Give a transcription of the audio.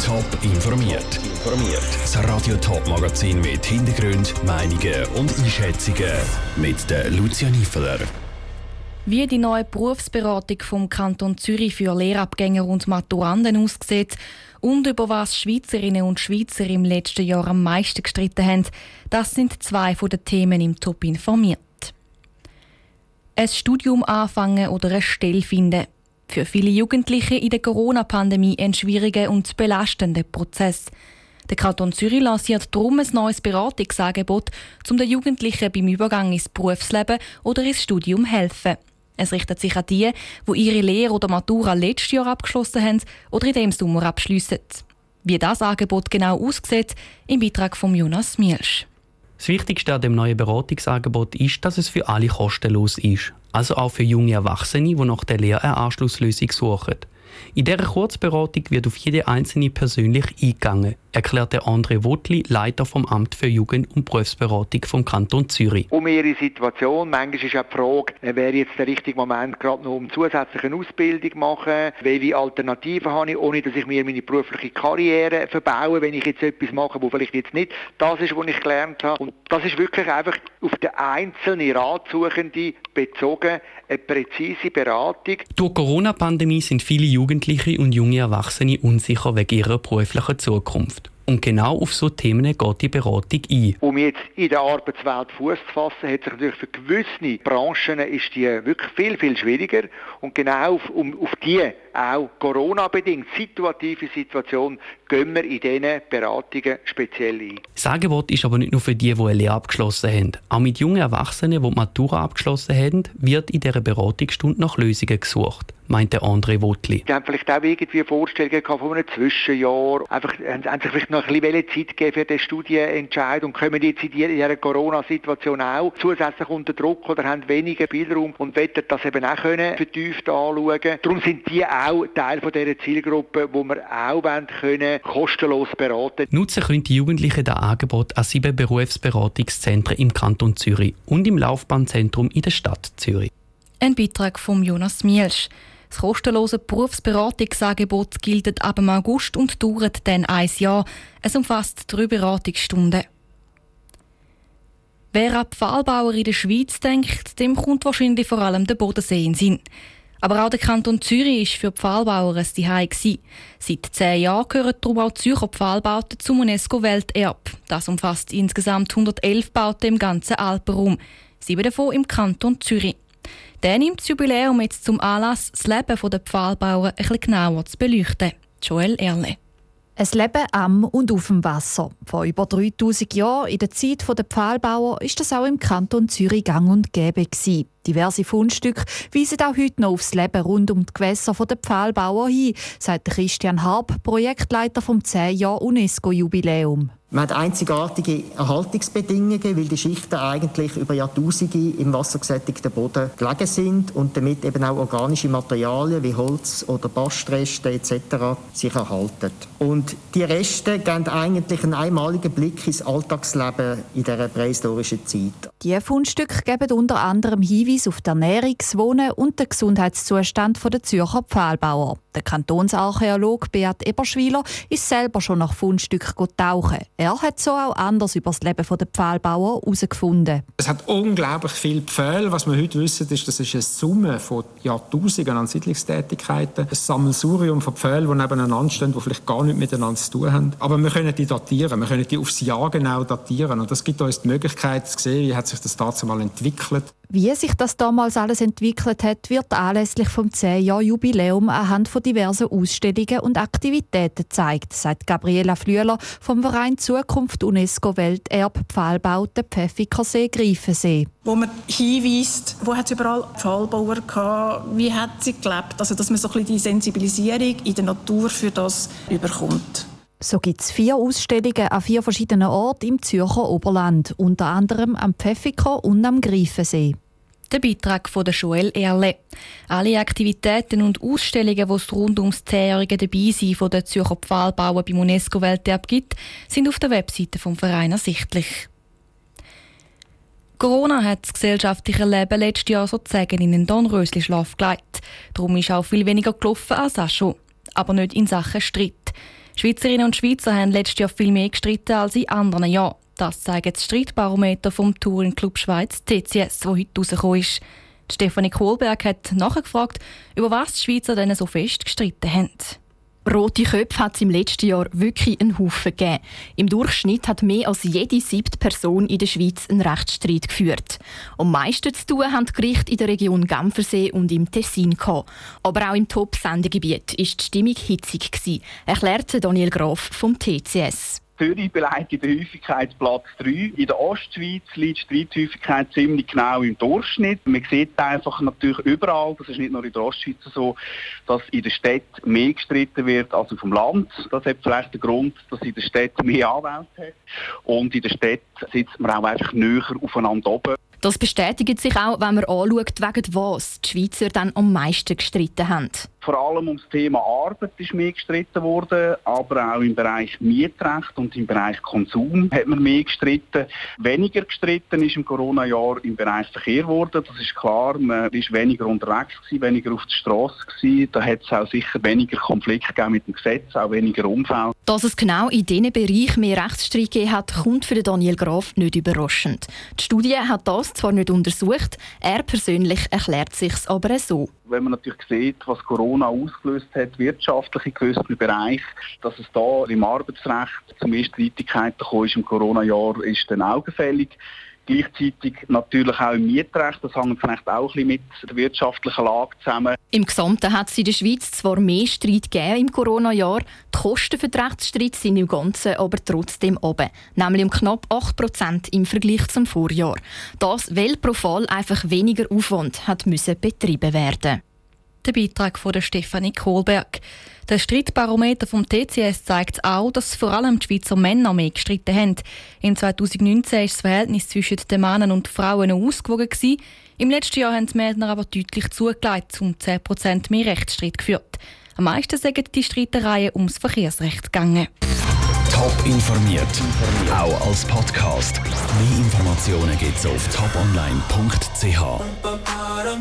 Top informiert. Das Radio Top Magazin mit Hintergrund, Meinungen und Einschätzungen mit der Lucia Niefeler. Wie die neue Berufsberatung vom Kanton Zürich für Lehrabgänger und Maturanden aussieht und über was Schweizerinnen und Schweizer im letzten Jahr am meisten gestritten haben, das sind zwei von den Themen im Top informiert. Ein Studium anfangen oder eine Stelle finden. Für viele Jugendliche in der Corona-Pandemie ein schwieriger und belastender Prozess. Der Kanton Zürich lanciert darum ein neues Beratungsangebot, um den Jugendlichen beim Übergang ins Berufsleben oder ins Studium helfen. Es richtet sich an die ihre Lehre oder Matura letztes Jahr abgeschlossen haben oder in diesem Sommer abschliessen. Wie das Angebot genau aussieht, im Beitrag von Jonas Mielsch. Das Wichtigste an dem neuen Beratungsangebot ist, dass es für alle kostenlos ist. Also auch für junge Erwachsene, die nach der Lehre eine Anschlusslösung suchen. In dieser Kurzberatung wird auf jede einzelne persönlich eingegangen, erklärt der André Wotli, Leiter vom Amt für Jugend- und Berufsberatung vom Kanton Zürich. Um ihre Situation, manchmal ist auch die Frage, wäre jetzt der richtige Moment, gerade noch um zusätzliche Ausbildung zu machen, welche Alternativen habe ich, ohne dass ich mir meine berufliche Karriere verbaue, wenn ich jetzt etwas mache, wo vielleicht jetzt nicht das ist, was ich gelernt habe. Und das ist wirklich einfach auf den einzelnen Ratsuchenden bezogen, eine präzise Beratung. Durch die Corona-Pandemie sind viele Jugendliche und junge Erwachsene unsicher wegen ihrer beruflichen Zukunft. Und genau auf so Themen geht die Beratung ein. Um jetzt in der Arbeitswelt Fuß zu fassen, hat sich natürlich für gewisse Branchen ist die wirklich viel, viel schwieriger. Und genau auf die, auch Corona-bedingt, situative Situation, gehen wir in diesen Beratungen speziell ein. Das Angebot ist aber nicht nur für die eine Lehre abgeschlossen haben. Auch mit jungen Erwachsenen, die Matura abgeschlossen haben, wird in dieser Beratungsstunde nach Lösungen gesucht, meint der André Wotli. Die haben vielleicht auch irgendwie Vorstellungen von einem Zwischenjahr. Einfach, haben sich vielleicht noch ein bisschen Zeit gegeben für den Studienentscheid und kommen jetzt in dieser Corona-Situation auch zusätzlich unter Druck oder haben weniger Spielraum und wollen das eben auch vertieft anschauen. Darum sind die auch Teil von dieser Zielgruppe, wo wir auch können, kostenlos beraten. Nutzen können die Jugendlichen das Angebot an 7 Berufsberatungszentren im Kanton Zürich und im Laufbahnzentrum in der Stadt Zürich. Ein Beitrag von Jonas Mielsch. Das kostenlose Berufsberatungsangebot gilt ab August und dauert dann 1 Jahr. Es umfasst 3 Beratungsstunden. Wer an Pfahlbauer in der Schweiz denkt, dem kommt wahrscheinlich vor allem der Bodensee in den Sinn. Aber auch der Kanton Zürich war für die Pfahlbauer ein Zuhause. Seit 10 Jahren gehören darum auch Zürcher Pfahlbauten zum UNESCO-Welterbe. Das umfasst insgesamt 111 Bauten im ganzen Alpenraum, 7 davon im Kanton Zürich. Der nimmt das Jubiläum jetzt zum Anlass, das Leben der Pfahlbauer ein bisschen genauer zu beleuchten. Joel Erle. Ein Leben am und auf dem Wasser. Vor über 3000 Jahren, in der Zeit der Pfahlbauer, ist das auch im Kanton Zürich gang und gäbe gewesen. Diverse Fundstücke weisen auch heute noch aufs Leben rund um die Gewässer der Pfahlbauer hin, sagt Christian Harb, Projektleiter vom 10 Jahr UNESCO-Jubiläum. Man hat einzigartige Erhaltungsbedingungen, weil die Schichten eigentlich über Jahrtausende im wassergesättigten Boden gelegen sind und damit eben auch organische Materialien wie Holz oder Bastreste etc. sich erhalten. Und die Reste geben eigentlich einen einmaligen Blick ins Alltagsleben in dieser prähistorischen Zeit. Diese Fundstücke geben unter anderem Hinweise auf die Ernährung, das Wohnen und den Gesundheitszustand der Zürcher Pfahlbauer. Der Kantonsarchäolog Beat Eberschwiler ist selber schon nach Fundstücken tauchen. Er hat so auch anders über das Leben der Pfahlbauer herausgefunden. Es hat unglaublich viele Pfähle. Was wir heute wissen, ist, das ist eine Summe von Jahrtausenden an Siedlungstätigkeiten. Ein Sammelsurium von Pfählen, die nebeneinander stehen, die vielleicht gar nichts miteinander zu tun haben. Aber wir können die datieren. Wir können die aufs Jahr genau datieren. Und das gibt uns die Möglichkeit zu sehen, wie hat sich das dazu mal entwickelt. Wie sich das damals alles entwickelt hat, wird anlässlich vom 10-Jahr-Jubiläum anhand von diversen Ausstellungen und Aktivitäten gezeigt, sagt Gabriela Flüeler vom Verein Zukunft UNESCO-Welterbe Pfahlbauten Pfäffikersee-Greifensee. Wo man hinweist, wo hat es überall Pfahlbauer gehabt, wie hat sie gelebt, also dass man so ein bisschen die Sensibilisierung in der Natur für das überkommt. So gibt es 4 Ausstellungen an 4 verschiedenen Orten im Zürcher Oberland, unter anderem am Pfäffiker und am Greifensee. Der Beitrag von Joel Erle. Alle Aktivitäten und Ausstellungen, die es rund ums 10-jährige Dabeisein von der Zürcher Pfahlbauer beim UNESCO-Welterbe gibt, sind auf der Webseite des Vereins ersichtlich. Corona hat das gesellschaftliche Leben letztes Jahr sozusagen in einen Dornröschen-Schlaf gelegt. Darum ist auch viel weniger gelaufen als auch schon. Aber nicht in Sachen Streit. Schweizerinnen und Schweizer haben letztes Jahr viel mehr gestritten als in anderen Jahren. Das zeigt das Streitbarometer vom Touring Club Schweiz TCS, das heute rausgekommen ist. Stefanie Kohlberg hat nachgefragt, über was die Schweizer denn so fest gestritten haben. Rote Köpfe hat es im letzten Jahr wirklich einen Haufen gegeben. Im Durchschnitt hat mehr als jede 7. Person in der Schweiz einen Rechtsstreit geführt. Am meisten zu tun haben die Gerichte in der Region Genfersee und im Tessin gehabt. Aber auch im Top-Sendegebiet war die Stimmung hitzig gewesen, erklärte Daniel Graf vom TCS. Zürich belegt in der Häufigkeit Platz 3. In der Ostschweiz liegt die Streithäufigkeit ziemlich genau im Durchschnitt. Man sieht einfach natürlich überall, das ist nicht nur in der Ostschweiz so, dass in der Stadt mehr gestritten wird als auf dem Land. Das hat vielleicht den Grund, dass in der Stadt mehr Anwälte hat. Und in der Stadt sitzt man auch einfach näher aufeinander oben. Das bestätigt sich auch, wenn man anschaut, wegen was die Schweizer dann am meisten gestritten haben. Vor allem ums Thema Arbeit ist mehr gestritten worden, aber auch im Bereich Mietrecht und im Bereich Konsum hat man mehr gestritten. Weniger gestritten ist im Corona-Jahr im Bereich Verkehr geworden. Das ist klar, man ist weniger unterwegs gewesen, weniger auf der Straße gewesen. Da hat es auch sicher weniger Konflikte gegeben mit dem Gesetz, auch weniger Unfälle. Dass es genau in diesen Bereichen mehr Rechtsstreit gegeben hat, kommt für Daniel Graf nicht überraschend. Die Studie hat das zwar nicht untersucht, er persönlich erklärt sich's aber so. Wenn man natürlich sieht, was Corona ausgelöst hat, wirtschaftlich in gewissen Bereichen, dass es da im Arbeitsrecht zu mehr Streitigkeiten gekommen ist im Corona-Jahr, ist dann augenfällig. Gleichzeitig natürlich auch im Mietrecht, das hängt vielleicht auch ein bisschen mit der wirtschaftlichen Lage zusammen. Im Gesamten hat es in der Schweiz zwar mehr Streit gegeben im Corona-Jahr, die Kosten für den Rechtsstreit sind im Ganzen aber trotzdem oben, nämlich um knapp 8% im Vergleich zum Vorjahr. Das, weil pro Fall einfach weniger Aufwand hat müssen betrieben werden. Der Beitrag von Stefanie Kohlberg. Der Streitbarometer vom TCS zeigt auch, dass vor allem die Schweizer Männer mehr gestritten haben. Im 2019 war das Verhältnis zwischen den Männern und Frauen noch ausgewogen. Im letzten Jahr haben die Männer aber deutlich zugelegt, um 10% mehr Rechtsstreit geführt. Am meisten sind die Streitereien ums Verkehrsrecht gegangen. Top informiert, auch als Podcast. Mehr Informationen gibt's auf toponline.ch.